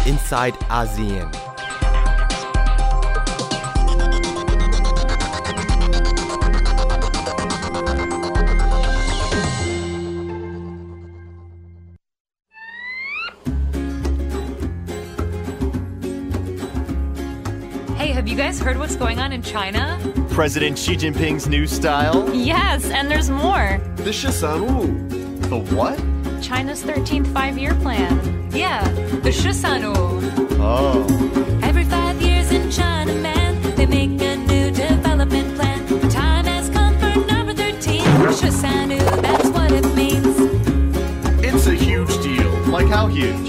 inside ASEAN. Hey, have you guys heard what's going on in China? President Xi Jinping's new style? Yes, and there's more. The 13路. The what? China's 13th five-year plan. Yeah, the 13路. Oh. Every 5 years in China, man, they make a new development plan. The time has come for number 13. 13路, that's what it means. It's a huge deal. Like how huge?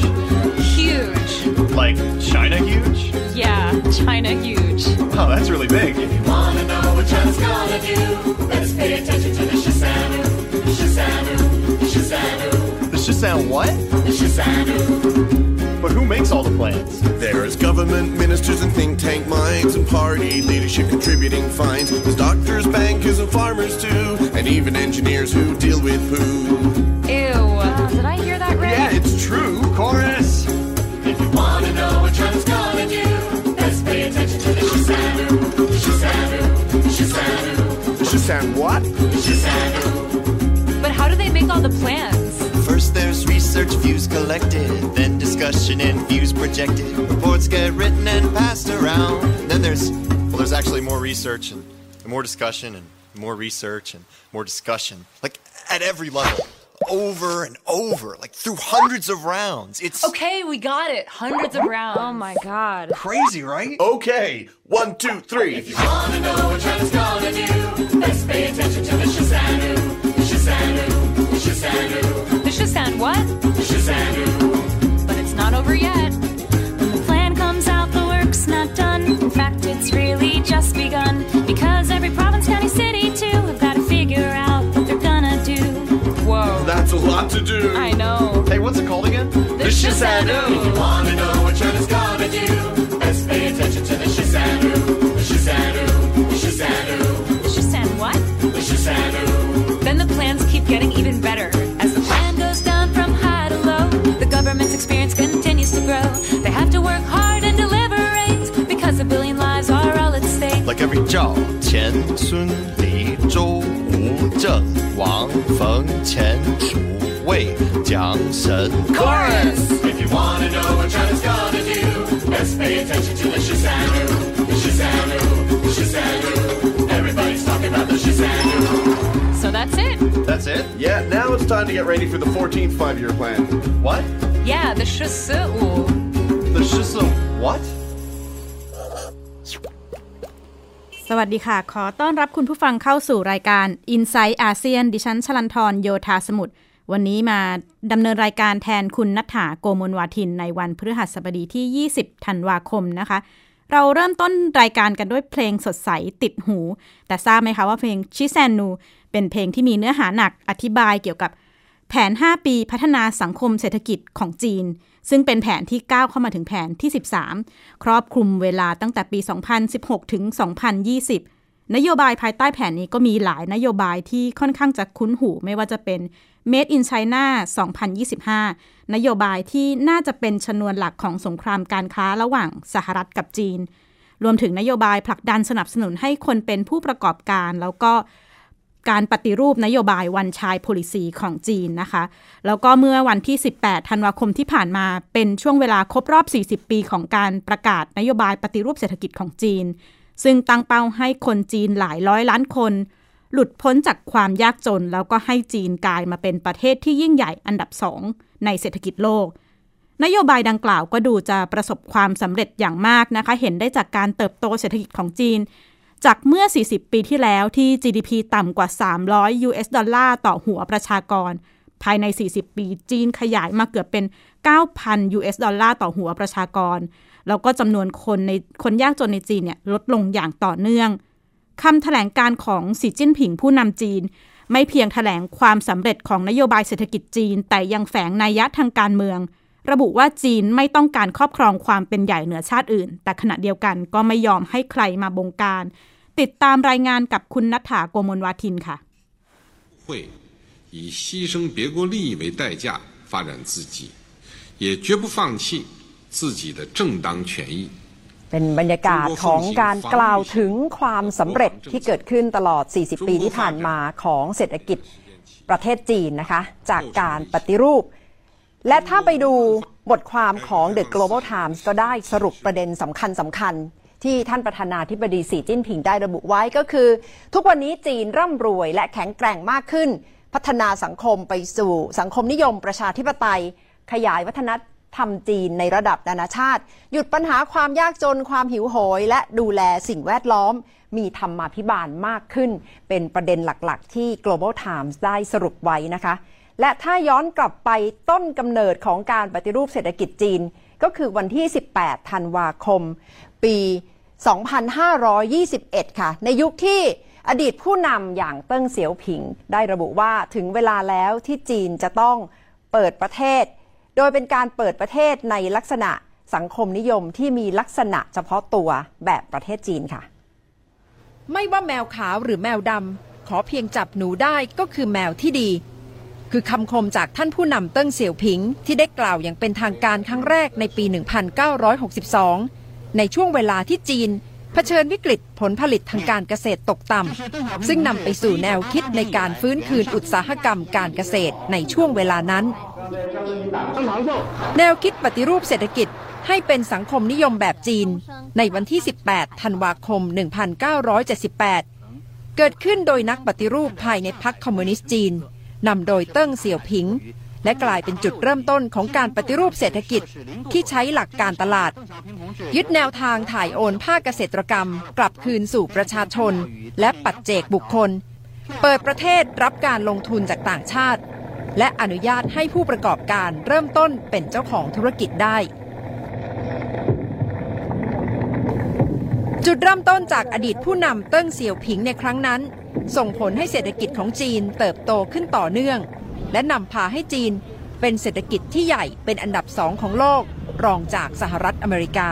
Huge. Like China huge? Yeah, China huge. Oh, that's really big. If you want to know what China's gonna do, let's pay attention to the 13路. The 13路. The 13路. The 13 what? The 13路. But who makes all the plans? There's government ministers and think tank minds and party leadership contributing fines. There's doctors, bankers, and farmers too, and even engineers who deal with poo. Ew, did I hear that right? Yeah, it's true. Chorus. If you want to know what China's gonna do, let's pay attention to the 13路. The 13路. The 13路. The 13 what? The 13路. But how do they make all the plans? First there's research views collected, then discussion and views projected. Reports get written and passed around. Then there's actually more research and more discussion and more research and more discussion. Like at every level. Over and over, like through hundreds of rounds. It's Okay, we got it. Hundreds of rounds. Oh my god. crazy, right? Okay. 1, 2, 3. If you want to know what China's gonna do, let's pay attention to the 13路. The 13路. The 13路. The 13 what? The 13路. But it's not over yet. When the plan comes out, the work's not done. In fact, it's really just begun. Because every province, county, city, too, have got to figure out what they're gonna do. Whoa. That's a lot to do. I know. Hey, what's it called again? The 13路. If you want to know what China's gonna do, let's pay attention to the 13路. The 13路. The 13路. The 13 what? The 13路. Then the plans keep getting even better. As the plan goes down from high to low, the government's experience continues to grow. They have to work hard and deliberate, because a billion lives are all at stake. Like every 赵钱孙李周吴郑王冯钱楚魏蒋沈 Chorus! If you want to know what China's gonna do, let's pay attention to the 13路. The 13路. The 13路. Everybody's talking about the 13路. So that's it. That's it? Yeah, now it's time to get ready for the 14th five-year plan. What? Yeah, the 13路. The 13 what? สวัสดีค่ะขอต้อนรับคุณผู้ฟังเข้าสู่รายการ Inside ASEAN ดิฉันชลันทรโยธาสมุทรวันนี้มาดำเนินรายการแทนคุณณัฐฐาโกมลวาทินในวันพฤหัสบดีที่20ธันวาคมนะคะเราเริ่มต้นรายการกันด้วยเพลงสดใสติดหูแต่ทราบไหมคะว่าเพลงชิแซนนูเป็นเพลงที่มีเนื้อหาหนักอธิบายเกี่ยวกับแผน5ปีพัฒนาสังคมเศรษฐกิจของจีนซึ่งเป็นแผนที่ก้าวเข้ามาถึงแผนที่13ครอบคลุมเวลาตั้งแต่ปี2016ถึง2020นโยบายภายใต้แผนนี้ก็มีหลายนโยบายที่ค่อนข้างจะคุ้นหูไม่ว่าจะเป็น Made in China 2025 นโยบายที่น่าจะเป็นชนวนหลักของสงครามการค้าระหว่างสหรัฐกับจีนรวมถึงนโยบายผลักดันสนับสนุนให้คนเป็นผู้ประกอบการแล้วก็การปฏิรูปนโยบาย One Child Policy ของจีนนะคะแล้วก็เมื่อวันที่18ธันวาคมที่ผ่านมาเป็นช่วงเวลาครบรอบ40ปีของการประกาศนโยบายปฏิรูปเศรษฐกิจของจีนซึ่งตั้งเป้าให้คนจีนหลายร้อยล้านคนหลุดพ้นจากความยากจนแล้วก็ให้จีนกลายมาเป็นประเทศที่ยิ่งใหญ่อันดับ2ในเศรษฐกิจโลกนโยบายดังกล่าวก็ดูจะประสบความสำเร็จอย่างมากนะคะเห็นได้จากการเติบโตเศรษฐกิจของจีนจากเมื่อ40ปีที่แล้วที่ GDP ต่ำกว่า$300 ต่อหัวประชากรภายใน40ปีจีนขยายมาเกือบเป็น $9,000 ต่อหัวประชากรแล้วก็จำนวนคนยากจนในจีนเนี่ยลดลงอย่างต่อเนื่องคำแถลงการของสีจิ้นผิงผู้นำจีนไม่เพียงแถลงความสำเร็จของนโยบายเศรษฐกิจจีนแต่ยังแฝงนัยยะทางการเมืองระบุว่าจีนไม่ต้องการครอบครองความเป็นใหญ่เหนือชาติอื่นแต่ขณะเดียวกันก็ไม่ยอมให้ใครมาบงการติดตามรายงานกับคุณณัฐฐาโกมลวาทินค่ะ会以牺牲别国利益为代价发展自己也绝不放弃自己的正当权益。 เป็นบรรยากาศของการกล่าวถึงความสำเร็จที่เกิดขึ้นตลอด40 ปีที่ผ่านมาของเศรษฐกิจประเทศจีนนะคะจากการปฏิรูปและถ้าไปดูบทความของ The Global Times ก็ได้สรุปประเด็นสำคัญที่ท่านประธานาธิบดีสีจิ้นผิงได้ระบุไว้ก็คือทุกวันนี้จีนร่ำรวยและแข็งแกร่งมากขึ้นพัฒนาสังคมไปสู่สังคมนิยมประชาธิปไตยขยายวัฒนธรรมจีนในระดับนานาชาติหยุดปัญหาความยากจนความหิวโหยและดูแลสิ่งแวดล้อมมีธรรมาภิบาลมากขึ้นเป็นประเด็นหลักๆที่ Global Times ได้สรุปไว้นะคะและถ้าย้อนกลับไปต้นกำเนิดของการปฏิรูปเศรษฐกิจจีนก็คือวันที่18ธันวาคมปี2521ค่ะในยุคที่อดีตผู้นำอย่างเติ้งเสี่ยวผิงได้ระบุว่าถึงเวลาแล้วที่จีนจะต้องเปิดประเทศโดยเป็นการเปิดประเทศในลักษณะสังคมนิยมที่มีลักษณะเฉพาะตัวแบบประเทศจีนค่ะไม่ว่าแมวขาวหรือแมวดำขอเพียงจับหนูได้ก็คือแมวที่ดีคือคำคมจากท่านผู้นำเติ้งเสี่ยวผิงที่ได้กล่าวอย่างเป็นทางการครั้งแรกในปี 1962 ในช่วงเวลาที่จีนเผชิญวิกฤตผลผลิตทางการเกษตรตกต่ำซึ่งนำไปสู่แนวคิดในการฟื้นคืนอุตสาหกรรมการเกษตรในช่วงเวลานั้นแนวคิดปฏิรูปเศรษฐกิจให้เป็นสังคมนิยมแบบจีนในวันที่18ธันวาคม1978เกิดขึ้นโดยนักปฏิรูปภายในพรรคคอมมิวนิสต์จีนนำโดยเติ้งเสี่ยวผิงและกลายเป็นจุดเริ่มต้นของการปฏิรูปเศรษฐกิจที่ใช้หลักการตลาดยึดแนวทางถ่ายโอนภาคเกษตรกรรมกลับคืนสู่ประชาชนและปัจเจกบุคคลเปิดประเทศรับการลงทุนจากต่างชาติและอนุญาตให้ผู้ประกอบการเริ่มต้นเป็นเจ้าของธุรกิจได้จุดเริ่มต้นจากอดีตผู้นำเติ้งเสี่ยวผิงในครั้งนั้นส่งผลให้เศรษฐกิจของจีนเติบโตขึ้นต่อเนื่องและนำพาให้จีนเป็นเศรษฐกิจที่ใหญ่เป็นอันดับ2ของโลกรองจากสหรัฐอเมริกา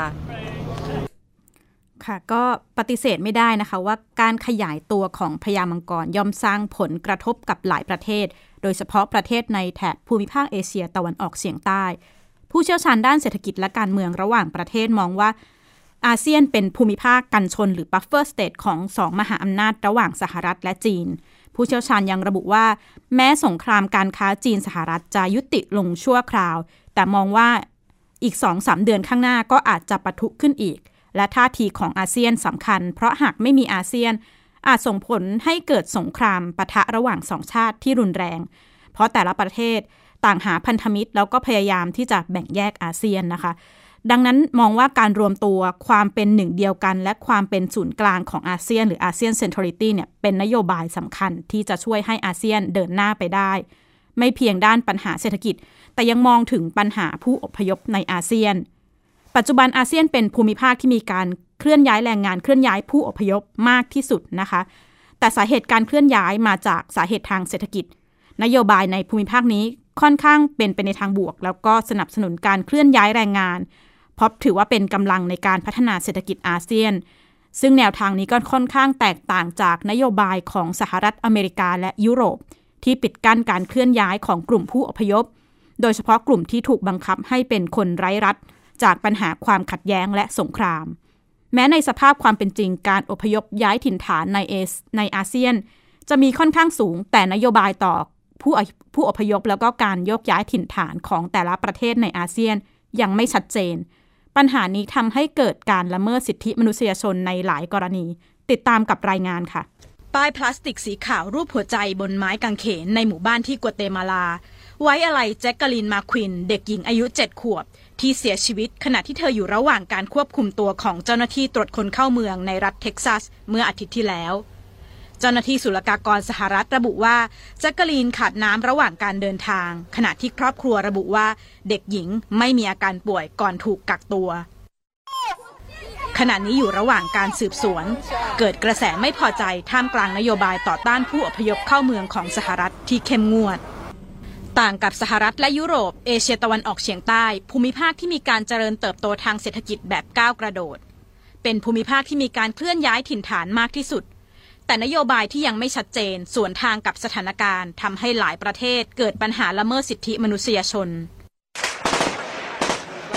ค่ะก็ปฏิเสธไม่ได้นะคะว่าการขยายตัวของพญามังกรย่อมสร้างผลกระทบกับหลายประเทศโดยเฉพาะประเทศในแถบภูมิภาคเอเชียตะวันออกเฉียงใต้ผู้เชี่ยวชาญด้านเศรษฐกิจและการเมืองระหว่างประเทศมองว่าอาเซียนเป็นภูมิภาคกันชนหรือ buffer state ของ2มหาอำนาจระหว่างสหรัฐและจีนผู้เชี่ยวชาญยังระบุว่าแม้สงครามการค้าจีนสหรัฐจะยุติลงชั่วคราวแต่มองว่าอีก 2-3 เดือนข้างหน้าก็อาจจะปะทุขึ้นอีกและท่าทีของอาเซียนสำคัญเพราะหากไม่มีอาเซียนอาจส่งผลให้เกิดสงครามปะทะระหว่าง2ชาติที่รุนแรงเพราะแต่ละประเทศต่างหาพันธมิตรแล้วก็พยายามที่จะแบ่งแยกอาเซียนนะคะดังนั้นมองว่าการรวมตัวความเป็นหนึ่งเดียวกันและความเป็นศูนย์กลางของอาเซียนหรืออาเซียนเซ็นทรัลิตี้เนี่ยเป็นนโยบายสำคัญที่จะช่วยให้อาเซียนเดินหน้าไปได้ไม่เพียงด้านปัญหาเศรษฐกิจแต่ยังมองถึงปัญหาผู้อพยพในอาเซียนปัจจุบันอาเซียนเป็นภูมิภาคที่มีการเคลื่อนย้ายแรงงานเคลื่อนย้ายผู้อพยพมากที่สุดนะคะแต่สาเหตุการเคลื่อนย้ายมาจากสาเหตุทางเศรษฐกิจนโยบายในภูมิภาคนี้ค่อนข้างเป็นไปในทางบวกแล้วก็สนับสนุนการเคลื่อนย้ายแรงงานเพราะถือว่าเป็นกำลังในการพัฒนาเศรษฐกิจอาเซียนซึ่งแนวทางนี้ก็ค่อนข้างแตกต่างจากนโยบายของสหรัฐอเมริกาและยุโรปที่ปิดกั้นการเคลื่อนย้ายของกลุ่มผู้อพยพโดยเฉพาะกลุ่มที่ถูกบังคับให้เป็นคนไร้รัฐจากปัญหาความขัดแย้งและสงครามแม้ในสภาพความเป็นจริงการอพยพย้ายถิ่นฐานในอาเซียนจะมีค่อนข้างสูงแต่นโยบายต่อผู้อพยพแล้วก็การโยกย้ายถิ่นฐานของแต่ละประเทศในอาเซียนยังไม่ชัดเจนปัญหานี้ทำให้เกิดการละเมิดสิทธิมนุษยชนในหลายกรณีติดตามกับรายงานค่ะป้ายพลาสติกสีขาวรูปหัวใจบนไม้กางเขนในหมู่บ้านที่กัวเตมาลาไว้อาลัยแจ็คกะลินมาควินเด็กหญิงอายุ7ขวบที่เสียชีวิตขณะที่เธออยู่ระหว่างการควบคุมตัวของเจ้าหน้าที่ตรวจคนเข้าเมืองในรัฐเท็กซัสเมื่ออาทิตย์ที่แล้วเจ้าหน้าที่ศุลกากรสหรัฐระบุว่าแจ็คกะลินขาดน้ำระหว่างการเดินทางขณะที่ครอบครัวระบุว่าเด็กหญิงไม่มีอาการป่วยก่อนถูกกักตัวขณะนี้อยู่ระหว่างการสืบสวนเกิดกระแสไม่พอใจท่ามกลางนโยบายต่อต้านผู้อพยพเข้าเมืองของสหรัฐที่เข้มงวดต่างกับสหรัฐและยุโรปเอเชียตะวันออกเฉียงใต้ภูมิภาคที่มีการเจริญเติบโตทางเศรษฐกิจแบบก้าวกระโดดเป็นภูมิภาคที่มีการเคลื่อนย้ายถิ่นฐานมากที่สุดแต่นโยบายที่ยังไม่ชัดเจนสวนทางกับสถานการณ์ทำให้หลายประเทศเกิดปัญหาละเมิดสิทธิมนุษยชน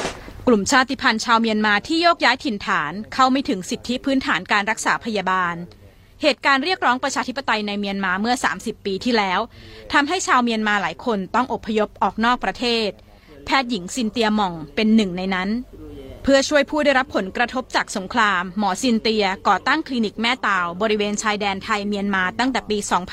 กลุ่มชาติพันธุ์ชาวเมียนมาที่โยกย้ายถิ่นฐานเข้าไม่ถึงสิทธิพื้นฐานการรักษาพยาบาลเหตุการณ์เรียกร้องประชาธิปไตยในเมียนมาเมื่อ30 ปีที่แล้วทำให้ชาวเมียนมาหลายคนต้องอพยพออกนอกประเทศแพทย์หญิงซินเตียหม่องเป็นหนึ่งในนั้นเพื่อช่วยผู้ได้รับผลกระทบจากสงครามหมอซินเตียก่อตั้งคลินิกแม่ตาวบริเวณชายแดนไทยเมียนมาตั้งแต่ปี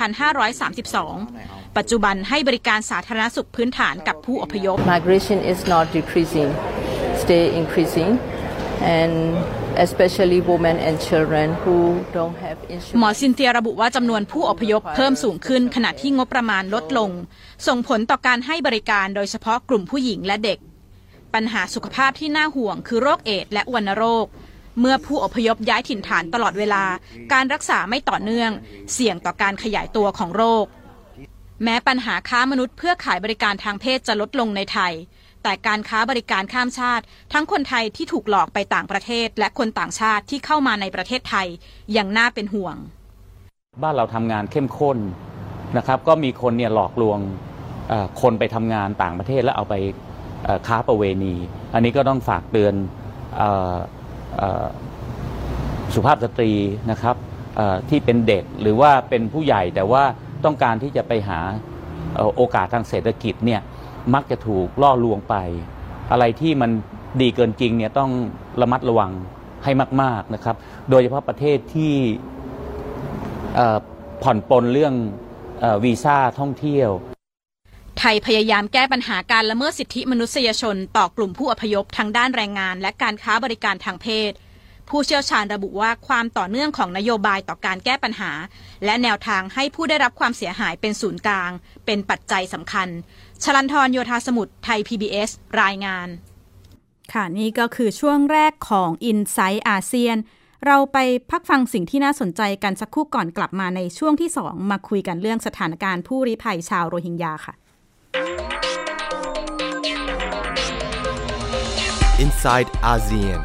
2532 ปัจจุบันให้บริการสาธารณสุขพื้นฐานกับผู้อพยพ Migration is not decreasing, stay increasing, and especially women and children who don't have insurance. หมอซินเตียระบุว่าจำนวนผู้อพยพเพิ่มสูงขึ้นขณะที่งบประมาณลดลงส่งผลต่อการให้บริการโดยเฉพาะกลุ่มผู้หญิงและเด็กปัญหาสุขภาพที่น่าห่วงคือโรคเอดส์และวัณโรคเมื่อผู้อพยพย้ายถิ่นฐานตลอดเวลาการรักษาไม่ต่อเนื่องเสี่ยงต่อการขยายตัวของโรคแม้ปัญหาค้ามนุษย์เพื่อขายบริการทางเพศจะลดลงในไทยแต่การค้าบริการข้ามชาติทั้งคนไทยที่ถูกหลอกไปต่างประเทศและคนต่างชาติที่เข้ามาในประเทศไทยยังน่าเป็นห่วงบ้านเราทำงานเข้มข้นนะครับก็มีคนเนี่ยหลอกลวงคนไปทำงานต่างประเทศแล้วเอาไปค้าประเวณีอันนี้ก็ต้องฝากเตือนสุภาพสตรีนะครับที่เป็นเด็กหรือว่าเป็นผู้ใหญ่แต่ว่าต้องการที่จะไปหาโอกาสทางเศรษฐกิจเนี่ยมักจะถูกล่อลวงไปอะไรที่มันดีเกินจริงเนี่ยต้องระมัดระวังให้มากๆนะครับโดยเฉพาะประเทศที่ผ่อนปลนเรื่องวีซ่าท่องเที่ยวไทยพยายามแก้ปัญหาการละเมิดสิทธิมนุษยชนต่อกลุ่มผู้อพยพทางด้านแรงงานและการค้าบริการทางเพศผู้เชี่ยวชาญระบุว่าความต่อเนื่องของนโยบายต่อการแก้ปัญหาและแนวทางให้ผู้ได้รับความเสียหายเป็นศูนย์กลางเป็นปัจจัยสำคัญชลันทรโยธาสมุทรไทย PBS รายงานค่ะนี่ก็คือช่วงแรกของ Insight อาเซียนเราไปพักฟังสิ่งที่น่าสนใจกันสักครู่ก่อนกลับมาในช่วงที่2มาคุยกันเรื่องสถานการณ์ผู้ลี้ภัยชาวโรฮิงญาค่ะ Inside ASEAN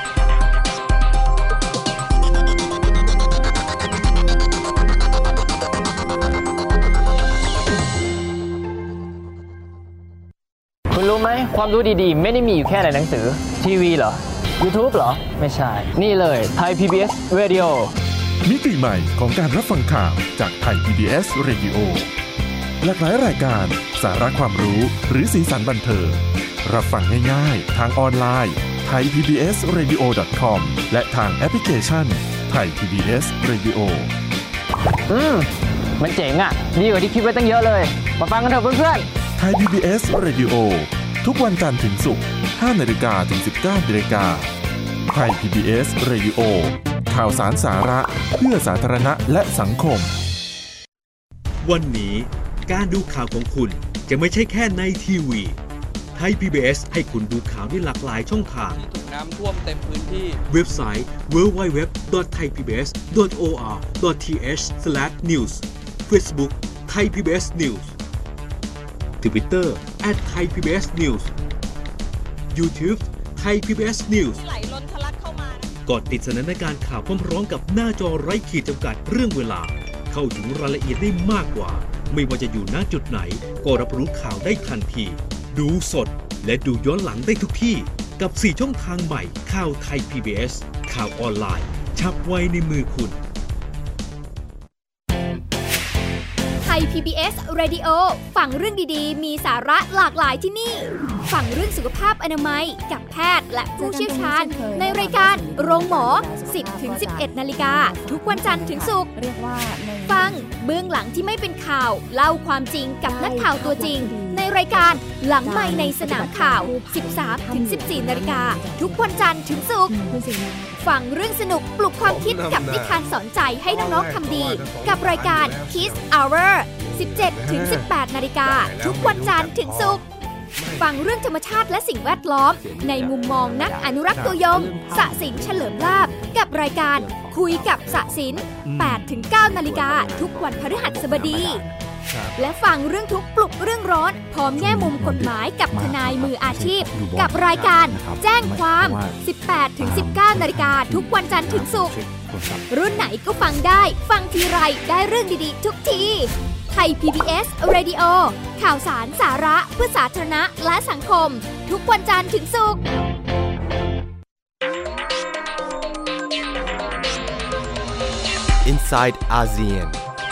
คุณรู้ไหมความรู้ดีๆไม่ได้มีอยู่แค่ในหนังสือทีวีเหรอ YouTube เหรอไม่ใช่นี่เลยไทย PBS Radio มิติใหม่ของการรับฟังข่าวจากไทย PBS Radio หลากหลายรายการสาระความรู้หรือสีสันบันเทิงรับฟังง่ายๆทางออนไลน์ thaipbsradio.com และทางแอปพลิเคชัน Thai PBS Radio มันเจ๋งอ่ะดีกว่าที่คิดไว้ตั้งเยอะเลยมาฟังกันเถอะเพื่อนๆ Thai PBS Radio ทุกวันจันทร์ถึงศุกร์ 5:00 นถึง 19:00 นThai PBS Radio ข่าวสารสาระเพื่อสาธารณะและสังคมวันนี้การดูข่าวของคุณจะไม่ใช่แค่ในทีวีไทย PBS ให้คุณดูข่าวได้หลากหลายช่องทางถูกน้ำท่วมเต็มพื้นที่เว็บไซต์ www.thaipbs.or.th/news Facebook Thai PBS News Twitter @thaipbsnews YouTube Thai PBS News ไหลล้นทะลักเข้ามาก่อนติดสนันในการข่าวพร้อมๆกับหน้าจอไร้ขีดจำกัดเรื่องเวลาเข้าถึงรายละเอียดได้มากกว่าไม่ว่าจะอยู่ณจุดไหนก็รับรู้ข่าวได้ทันทีดูสดและดูย้อนหลังได้ทุกที่กับ4ช่องทางใหม่ข่าวไทย PBS ข่าวออนไลน์ฉับไวในมือคุณไทย PBS Radio ฟังเรื่องดีๆมีสาระหลากหลายที่นี่ฟังเรื่องสุขภาพอนามัยกับแพทย์และผู้เชี่ยวชาญในรายการโรงหมอ 10-11 นาฬิกาทุกวันจันทร์ถึงศุกร์ฟังเบื้องหลังที่ไม่เป็นข่าวเล่าความจริงกับนักข่าวตัวจริงในรายการหลังไมค์ในสนามข่าว 13-14 นาฬิกาทุกวันจันทร์ถึงศุกร์ฟังเรื่องสนุกปลุกความคิดกับนิทานสอนใจให้น้องๆทำดีกับรายการ Kids Hour 17-18 นาฬิกาทุกวันจันทร์ถึงศุกร์ฟังเรื่องธรรมชาติและสิ่งแวดล้อมในมุมมองนักอนุรักษ์ตัวยงสศิลป์เฉลิมลาภกับรายการคุยกับสศิลป์ 8-9 นาฬิกาทุกวันพฤหัสบดีและฟังเรื่องทุกข์ปลุกเรื่องร้อนพร้อมแง่มุมกฎหมายกับทนายมืออาชีพกับรายการแจ้งความ 18-19 นาฬิกาทุกวันจันทร์ถึงศุกร์รุ่นไหนก็ฟังได้ฟังทีไรได้เรื่องดีๆทุกทีไทย PBS Radio ข่าวสารสาระเพื่อสาธารณะและสังคมทุกวันจันทร์ถึงศุกร์ Inside ASEAN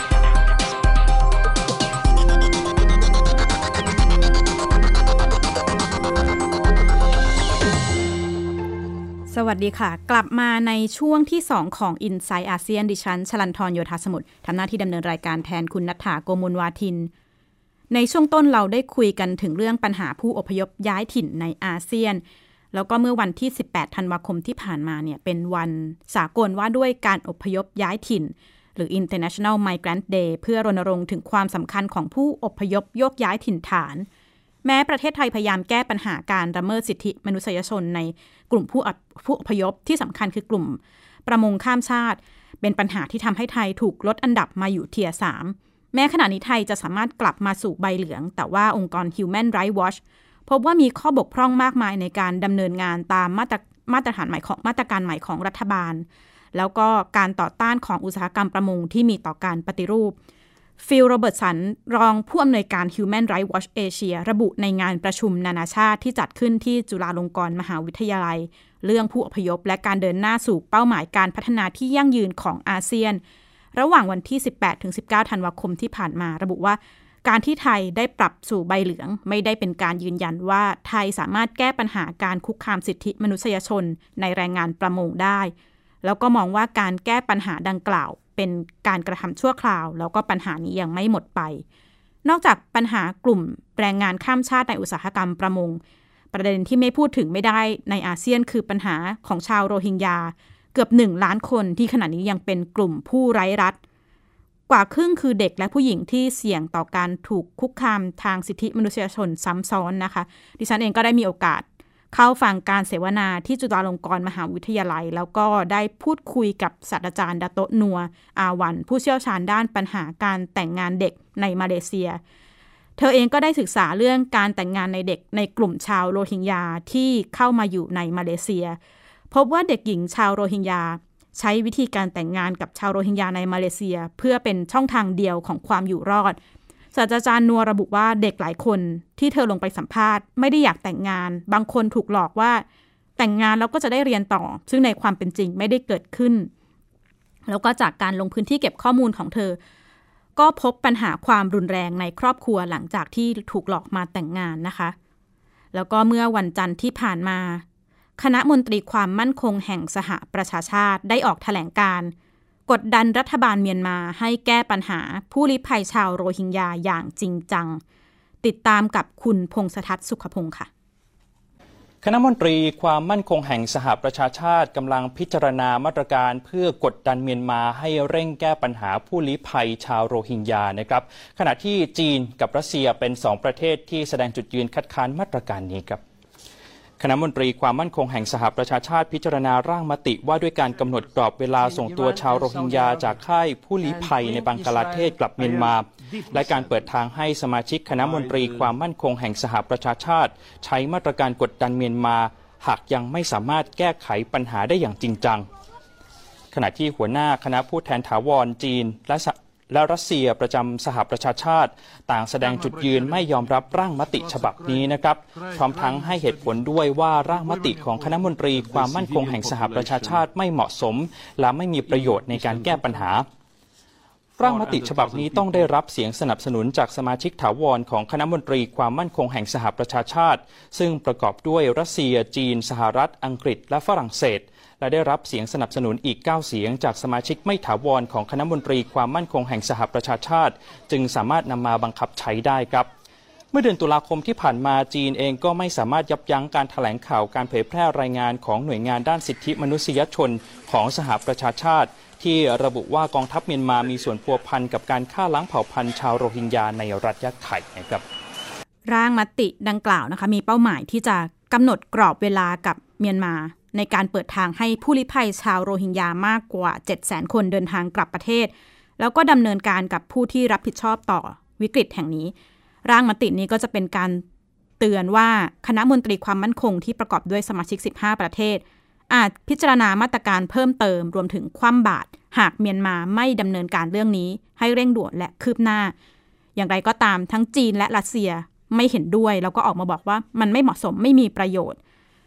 สวัสดีค่ะกลับมาในช่วงที่2ของ Inside ASEAN ดิฉันชลันทรโยธาสมุทรทำหน้าที่ดำเนินรายการแทนคุณณัฐฐา โกมลวาทินในช่วงต้นเราได้คุยกันถึงเรื่องปัญหาผู้อพยพย้ายถิ่นในอาเซียนแล้วก็เมื่อวันที่18ธันวาคมที่ผ่านมาเนี่ยเป็นวันสากลว่าด้วยการอพยพย้ายถิ่นหรือ International Migrant Day เพื่อรณรงค์ถึงความสำคัญของผู้อพยพโยกย้ายถิ่นฐานแม้ประเทศไทยพยายามแก้ปัญหาการละเมิดสิทธิมนุษยชนในกลุ่มผู้อพยพที่สำคัญคือกลุ่มประมงข้ามชาติเป็นปัญหาที่ทำให้ไทยถูกลดอันดับมาอยู่เทียร์ 3แม้ขณะนี้ไทยจะสามารถกลับมาสู่ใบเหลืองแต่ว่าองค์กร Human Rights Watch พบว่ามีข้อบกพร่องมากมายในการดำเนินงานตามมาตรการใหม่ของรัฐบาลแล้วก็การต่อต้านของอุตสาหกรรมประมงที่มีต่อการปฏิรูปฟิล โรเบิร์ตสันรองผู้อำนวยการ Human Rights Watch Asia ระบุในงานประชุมนานาชาติที่จัดขึ้นที่จุฬาลงกรณ์มหาวิทยาลัยเรื่องผู้อพยพและการเดินหน้าสู่เป้าหมายการพัฒนาที่ยั่งยืนของอาเซียนระหว่างวันที่ 18-19 ธันวาคมที่ผ่านมาระบุว่าการที่ไทยได้ปรับสู่ใบเหลืองไม่ได้เป็นการยืนยันว่าไทยสามารถแก้ปัญหาการคุกคามสิทธิมนุษยชนในแรงงานประมงได้แล้วก็มองว่าการแก้ปัญหาดังกล่าวเป็นการกระทำชั่วคราวแล้วก็ปัญหานี้ยังไม่หมดไปนอกจากปัญหากลุ่มแรงงานข้ามชาติในอุตสาหกรรมประมงประเด็นที่ไม่พูดถึงไม่ได้ในอาเซียนคือปัญหาของชาวโรฮิงญาเกือบ1 ล้านคนที่ขณะนี้ยังเป็นกลุ่มผู้ไร้รัฐกว่าครึ่งคือเด็กและผู้หญิงที่เสี่ยงต่อการถูกคุกคามทางสิทธิมนุษยชนซ้ำซ้อนนะคะดิฉันเองก็ได้มีโอกาสเข้าฟังการเสวนาที่จุฬาลงกรณ์มหาวิทยาลัยแล้วก็ได้พูดคุยกับศาสตราจารย์ดาโตะนัวอาวันผู้เชี่ยวชาญด้านปัญหาการแต่งงานเด็กในมาเลเซียเธอเองก็ได้ศึกษาเรื่องการแต่งงานในเด็กในกลุ่มชาวโรฮิงญาที่เข้ามาอยู่ในมาเลเซียพบว่าเด็กหญิงชาวโรฮิงญาใช้วิธีการแต่งงานกับชาวโรฮิงญาในมาเลเซียเพื่อเป็นช่องทางเดียวของความอยู่รอดศาสตราจารย์นัวระบุว่าเด็กหลายคนที่เธอลงไปสัมภาษณ์ไม่ได้อยากแต่งงานบางคนถูกหลอกว่าแต่งงานแล้วก็จะได้เรียนต่อซึ่งในความเป็นจริงไม่ได้เกิดขึ้นแล้วก็จากการลงพื้นที่เก็บข้อมูลของเธอก็พบปัญหาความรุนแรงในครอบครัวหลังจากที่ถูกหลอกมาแต่งงานนะคะแล้วก็เมื่อวันจันทร์ที่ผ่านมาคณะมนตรีความมั่นคงแห่งสหประชาชาติได้ออกแถลงการณ์กดดันรัฐบาลเมียนมาให้แก้ปัญหาผู้ลี้ภัยชาวโรฮิงญาอย่างจริงจังติดตามกับคุณพงษ์ทัศน์สุขพงษ์ค่ะคณะมนตรีความมั่นคงแห่งสหประชาชาติกำลังพิจารณามาตรการเพื่อกดดันเมียนมาให้เร่งแก้ปัญหาผู้ลี้ภัยชาวโรฮิงญานะครับขณะที่จีนกับรัสเซียเป็น2ประเทศที่แสดงจุดยืนคัดค้านมาตรการนี้ครับคณะมนตรีความมั่นคงแห่งสหประชาชาติพิจารณาร่างมติว่าด้วยการกำหนดกรอบเวลาส่งตัวชาวโรฮิงญาจากค่ายผู้ลี้ภัยในบังกลาเทศกลับเมียนมาและการเปิดทางให้สมาชิกคณะมนตรีความมั่นคงแห่งสหประชาชาติใช้มาตรการกดดันเมียนมาหากยังไม่สามารถแก้ไขปัญหาได้อย่างจริงจังขณะที่หัวหน้าคณะผู้แทนถาวรจีนและรัสเซียประจำสหประชาชาติต่างแสดงจุดยืนไม่ยอมรับร่างมติฉบับนี้นะครับพร้อมทั้งให้เหตุผลด้วยว่าร่างมติของคณะมนตรีความมั่นคงแห่งสหประชาชาติไม่เหมาะสมและไม่มีประโยชน์ในการแก้ปัญหาร่างมติฉบับนี้ต้องได้รับเสียงสนับสนุนจากสมาชิกถาวรของคณะมนตรีความมั่นคงแห่งสหประชาชาติซึ่งประกอบด้วยรัสเซียจีนสหรัฐอังกฤษและฝรั่งเศสและได้รับเสียงสนับสนุนอีก9เสียงจากสมาชิกไม่ถาวรของคณะมนตรีความมั่นคงแห่งสหประชาชาติจึงสามารถนำมาบังคับใช้ได้ครับเมื่อเดือนตุลาคมที่ผ่านมาจีนเองก็ไม่สามารถยับยั้งการแถลงข่าวการเผยแพร่รายงานของหน่วยงานด้านสิทธิมนุษยชนของสหประชาชาติที่ระบุว่ากองทัพเมียนมามีส่วนพัวพันกับการฆ่าล้างเผ่าพันธุ์ชาวโรฮิงญาในรัฐยะไข่นะครับร่างมติดังกล่าวนะคะมีเป้าหมายที่จะกำหนดกรอบเวลากับเมียนมาในการเปิดทางให้ผู้ลี้ภัยชาวโรฮิงญามากกว่า 700,000 คนเดินทางกลับประเทศแล้วก็ดำเนินการกับผู้ที่รับผิดชอบต่อวิกฤตแห่งนี้ร่างมตินี้ก็จะเป็นการเตือนว่าคณะมนตรีความมั่นคงที่ประกอบด้วยสมาชิก15ประเทศอาจพิจารณามาตรการเพิ่มเติมรวมถึงคว่ำบาตรหากเมียนมาไม่ดำเนินการเรื่องนี้ให้เร่งด่วนและคืบหน้าอย่างไรก็ตามทั้งจีนและรัสเซียไม่เห็นด้วยแล้วก็ออกมาบอกว่ามันไม่เหมาะสมไม่มีประโยชน์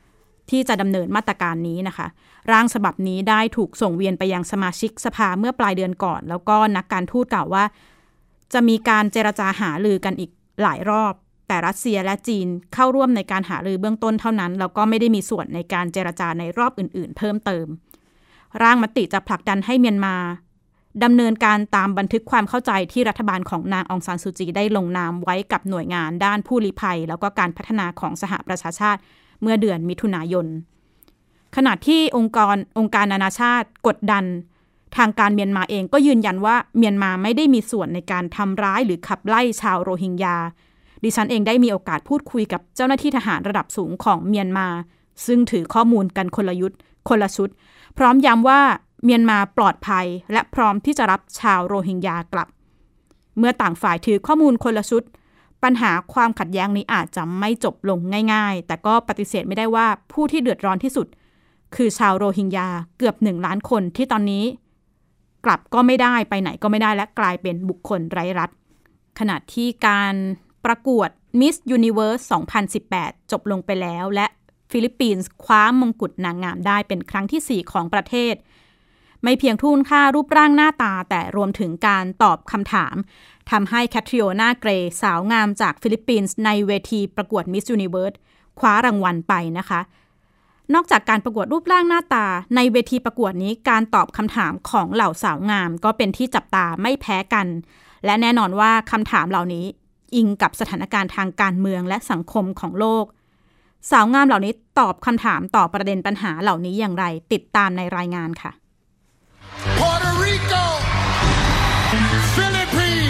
ที่จะดำเนินมาตรการนี้นะคะร่างฉบับนี้ได้ถูกส่งเวียนไปยังสมาชิกสภาเมื่อปลายเดือนก่อนแล้วก็นักการทูตกล่าวว่าจะมีการเจรจาหารือกันอีกหลายรอบแต่รัสเซียและจีนเข้าร่วมในการหารือเบื้องต้นเท่านั้นแล้วก็ไม่ได้มีส่วนในการเจรจาในรอบอื่นๆเพิ่มเติมร่างมติจะผลักดันให้เมียนมาดำเนินการตามบันทึกความเข้าใจที่รัฐบาลของนางองซานซูจีได้ลงนามไว้กับหน่วยงานด้านผู้ลี้ภัยแล้วก็การพัฒนาของสหประชาชาติเมื่อเดือนมิถุนายนขณะที่องค์การนานาชาติกดดันทางการเมียนมาเองก็ยืนยันว่าเมียนมาไม่ได้มีส่วนในการทำร้ายหรือขับไล่ชาวโรฮิงญาดิฉันเองได้มีโอกาสพูดคุยกับเจ้าหน้าที่ทหารระดับสูงของเมียนมาซึ่งถือข้อมูลกันคนละชุดพร้อมย้ำว่าเมียนมาปลอดภัยและพร้อมที่จะรับชาวโรฮิงญากลับเมื่อต่างฝ่ายถือข้อมูลคนละชุดปัญหาความขัดแย้งนี้อาจจะไม่จบลงง่ายๆแต่ก็ปฏิเสธไม่ได้ว่าผู้ที่เดือดร้อนที่สุดคือชาวโรฮิงญาเกือบ1 ล้านคนที่ตอนนี้กลับก็ไม่ได้ไปไหนก็ไม่ได้และกลายเป็นบุคคลไร้รัฐขณะที่การประกวด Miss Universe 2018 จบลงไปแล้วและฟิลิปปินส์คว้ามงกุฎนางงามได้เป็นครั้งที่4ของประเทศไม่เพียงทุ่นค่ารูปร่างหน้าตาแต่รวมถึงการตอบคำถามทำให้แคทริโอนาเกรย์สาวงามจากฟิลิปปินส์ในเวทีประกวด Miss Universe คว้ารางวัลไปนะคะนอกจากการประกวดรูปร่างหน้าตาในเวทีประกวดนี้การตอบคำถามของเหล่าสาวงามก็เป็นที่จับตาไม่แพ้กันและแน่นอนว่าคำถามเหล่านี้อิงกับสถานการณ์ทางการเมืองและสังคมของโลกสาวงามเหล่านี้ตอบคำถามต่อประเด็นปัญหาเหล่านี้อย่างไรติดตามในรายงานค่ะ Puerto Rico, Philippines,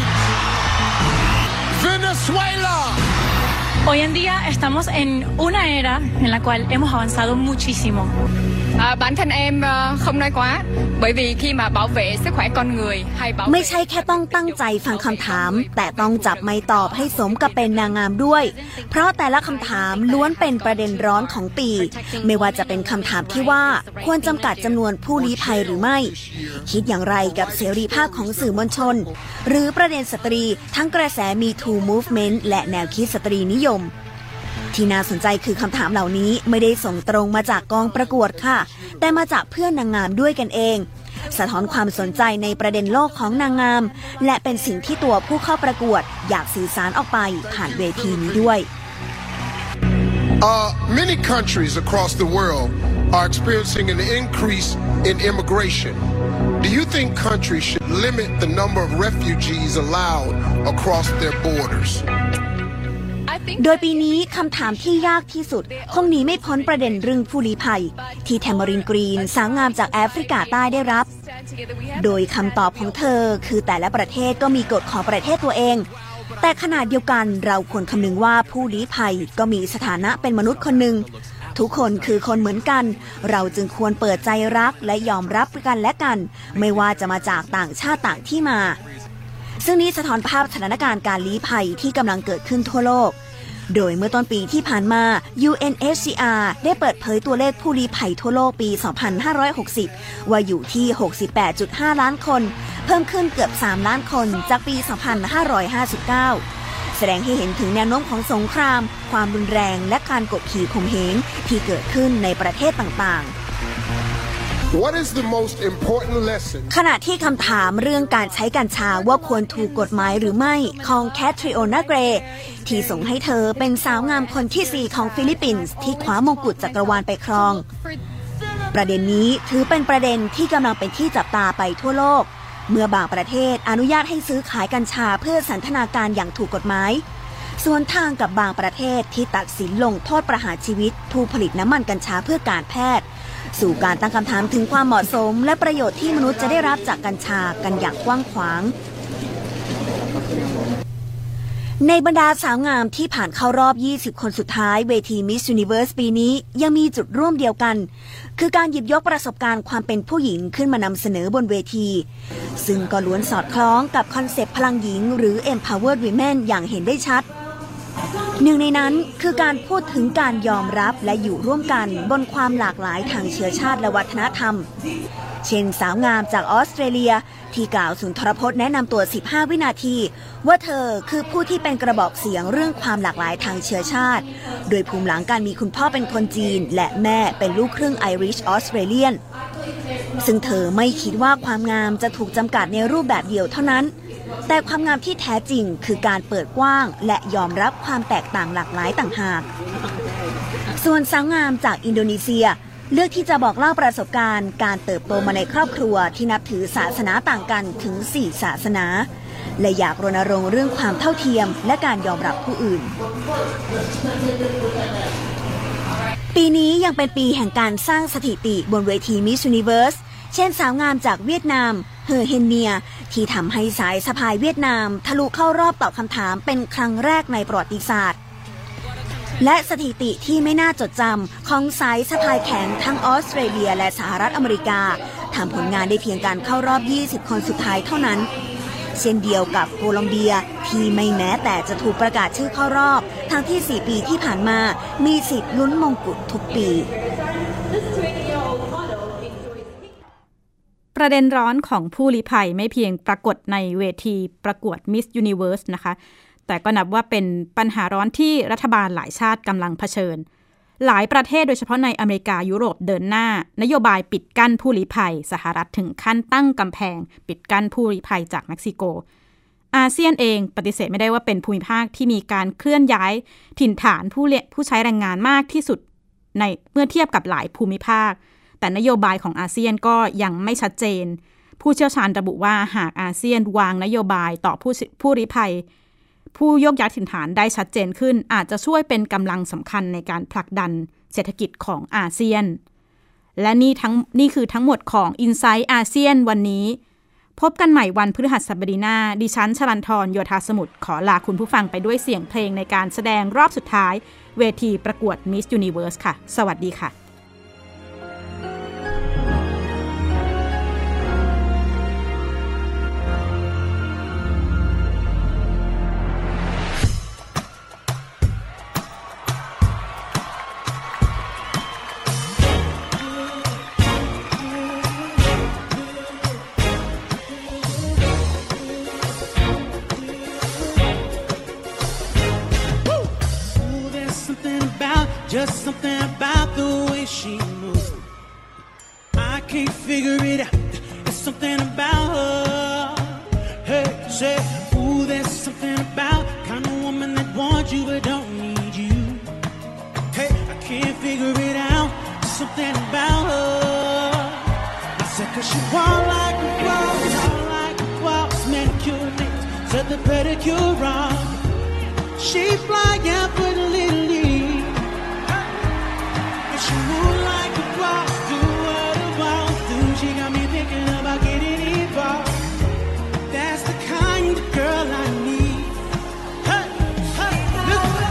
Venezuela.Hoy en día estamos en una era en la cual hemos avanzado muchísimo. Bản thân em không nói quá, bởi vì khi mà bảo vệ sức khỏe con người hay bảo vệ ไม่ใช่แค่ต้องตั้งใจฟังคำถามแต่ต้องจับไมค์ตอบให้สมกับเป็นนางงามด้วยเพราะแต่ละคำถามล้วนเป็นประเด็นร้อนของปีไม่ว่าจะเป็นคำถามที่ว่าควรจำกัดจำนวนผู้ลี้ภัยหรือไม่คิดอย่างไรกับเสรีภาพของสื่อมวลชนหรือประเด็นสตรีทั้งกระแส Me Too Movement และแนวคิดสตรีนิยมที่น่าสนใจคือคำถามเหล่านี้ไม่ได้ส่งตรงมาจากกองประกวดค่ะแต่มาจากเพื่อนนางงามด้วยกันเองสะท้อนความสนใจในประเด็นโลกของนางงามและเป็นสิ่งที่ตัวผู้เข้าประกวดอยากสื่อสารออกไปผ่านเวทีนี้ด้วย Many countries across the world are experiencing an increase in immigration. Do you think countries should limit the number of refugees allowed across their borders? โดยปีนี้คำถามที่ยากที่สุดคงหนีไม่พ้นประเด็นเรื่องผู้ลี้ภัยที่แทมรินกรีนสาวงามจากแอฟริกาใต้ได้รับโดยคำตอบของเธอคือแต่ละประเทศก็มีกฎของประเทศตัวเองแต่ขณะเดียวกันเราควรคำนึงว่าผู้ลี้ภัยก็มีสถานะเป็นมนุษย์คนหนึ่งทุกคนคือคนเหมือนกันเราจึงควรเปิดใจรักและยอมรับกันและกันไม่ว่าจะมาจากต่างชาติต่างที่มาซึ่งนี้สะท้อนภาพสถานการณ์การลี้ภัยที่กำลังเกิดขึ้นทั่วโลกโดยเมื่อต้นปีที่ผ่านมา UNHCR ได้เปิดเผยตัวเลขผู้ลี้ภัยทั่วโลกปี 2560 ว่าอยู่ที่ 68.5 ล้านคนเพิ่มขึ้นเกือบ 3 ล้านคนจากปี 2559 แสดงให้เห็นถึงแนวโน้มของสงครามความรุนแรงและการกดขี่ข่มเหงที่เกิดขึ้นในประเทศต่างๆ What is the most important lesson ขณะที่คำถามเรื่องการใช้กัญชาว่าควรถูกกฎหมายหรือไม่ของแคทริโอนาเกรย์ที่ส่งให้เธอเป็นสาวงามคนที่4ของฟิลิปปินส์ที่คว้ามงกุฎจักรวาลไปครองประเด็นนี้ถือเป็นประเด็นที่กำลังเป็นที่จับตาไปทั่วโลกเมื่อบางประเทศอนุญาตให้ซื้อขายกัญชาเพื่อสันทนาการอย่างถูกกฎหมายส่วนทางกับบางประเทศที่ตัดสินลงโทษประหารชีวิตผู้ผลิตน้ำมันกัญชาเพื่อการแพทย์สู่การตั้งคำถามถึงความเหมาะสมและประโยชน์ที่มนุษย์จะได้รับจากกัญชากันอย่างกว้างขวางในบรรดาสาวงามที่ผ่านเข้ารอบ20คนสุดท้ายเวที Miss Universe ปีนี้ยังมีจุดร่วมเดียวกันคือการหยิบยกประสบการณ์ความเป็นผู้หญิงขึ้นมานำเสนอบนเวทีซึ่งก็ล้วนสอดคล้องกับคอนเซปต์พลังหญิงหรือ Empowered Women อย่างเห็นได้ชัดหนึ่งในนั้นคือการพูดถึงการยอมรับและอยู่ร่วมกันบนความหลากหลายทางเชื้อชาติและวัฒนธรรมเช่นสาวงามจากออสเตรเลียที่กล่าวสุนทรพจน์แนะนำตัว15วินาทีว่าเธอคือผู้ที่เป็นกระบอกเสียงเรื่องความหลากหลายทางเชื้อชาติโดยภูมิหลังการมีคุณพ่อเป็นคนจีนและแม่เป็นลูกครึ่งไอริชออสเตรเลียนซึ่งเธอไม่คิดว่าความงามจะถูกจำกัดในรูปแบบเดียวเท่านั้นแต่ความงามที่แท้จริงคือการเปิดกว้างและยอมรับความแตกต่างหลากหลายต่างหากส่วนสาวงามจากอินโดนีเซียเลือกที่จะบอกเล่าประสบการณ์การเติบโตมาในครอบครัวที่นับถือศาสนาต่างกันถึง4ศาสนาและอยากรณรงค์เรื่องความเท่าเทียมและการยอมรับผู้อื่นปีนี้ยังเป็นปีแห่งการสร้างสถิติบนเวที Miss Universe เช่นสาวงามจากเวียดนามเฮอเฮนเนียที่ทำให้สายสะพายเวียดนามทะลุเข้ารอบตอบคำถามเป็นครั้งแรกในประวัติศาสตร์และสถิติที่ไม่น่าจดจำของสายสะพายแข็งทั้งออสเตรเลียและสหรัฐอเมริกาทำผลงานได้เพียงการเข้ารอบ20คนสุดท้ายเท่านั้นเช่นเดียวกับโคลอมเบียที่ไม่แม้แต่จะถูกประกาศชื่อเข้ารอบทั้งที่4ปีที่ผ่านมามีสิทธิ์ลุ้นมงกุฎทุกปีประเด็นร้อนของผู้ลี้ภัยไม่เพียงปรากฏในเวทีประกวด Miss Universe นะคะแต่ก็นับว่าเป็นปัญหาร้อนที่รัฐบาลหลายชาติกำลังเผชิญหลายประเทศโดยเฉพาะในอเมริกายุโรปเดินหน้านโยบายปิดกั้นผู้ลี้ภัยสหรัฐถึงขั้นตั้งกำแพงปิดกั้นผู้ลี้ภัยจากเม็กซิโกอาเซียนเองปฏิเสธไม่ได้ว่าเป็นภูมิภาคที่มีการเคลื่อนย้ายถิ่นฐานผู้ใช้แรงงานมากที่สุดในเมื่อเทียบกับหลายภูมิภาคแต่นโยบายของอาเซียนก็ยังไม่ชัดเจนผู้เชี่ยวชาญระบุว่าหากอาเซียนวางนโยบายต่อผู้ลี้ภัยผู้ยกย้ายถิ่นฐานได้ชัดเจนขึ้นอาจจะช่วยเป็นกำลังสำคัญในการผลักดันเศรษฐกิจของอาเซียนและนี่คือทั้งหมดของ Inside อาเซียนวันนี้พบกันใหม่วันพฤหัสบดีหน้าดิฉันชลันธรโยธาสมุทรขอลาคุณผู้ฟังไปด้วยเสียงเพลงในการแสดงรอบสุดท้ายเวทีประกวด Miss Universe ค่ะสวัสดีค่ะ Just something about the way she moves. I can't figure it out. There's something about her. Hey, say, ooh, there's something about kind of woman that wants you but don't need you. Hey, I can't figure it out. There's something about her. I said, 'cause she walk like a boss, talk like a boss, manicure nails, set the pedicure wrong. She fly out for the little league.She move like a boss, do what a boss do. She got me thinking about getting involved. That's the kind of girl I need. Hey, hey, listen.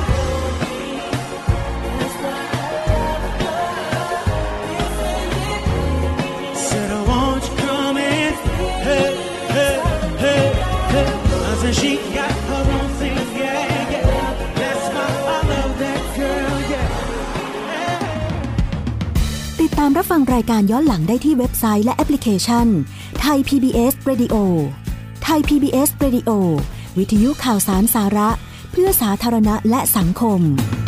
Said I want you coming. Hey, hey, hey, hey. I said she got her own thing, yeah, yeah. That's why I love that girl, yeah. ติดตามรับฟังรายการย้อนหลังได้ที่เว็บไซต์และแอปพลิเคชัน Thai PBS Radio Thai PBS Radio วิทยุข่าวสารสาระเพื่อสาธารณะและสังคม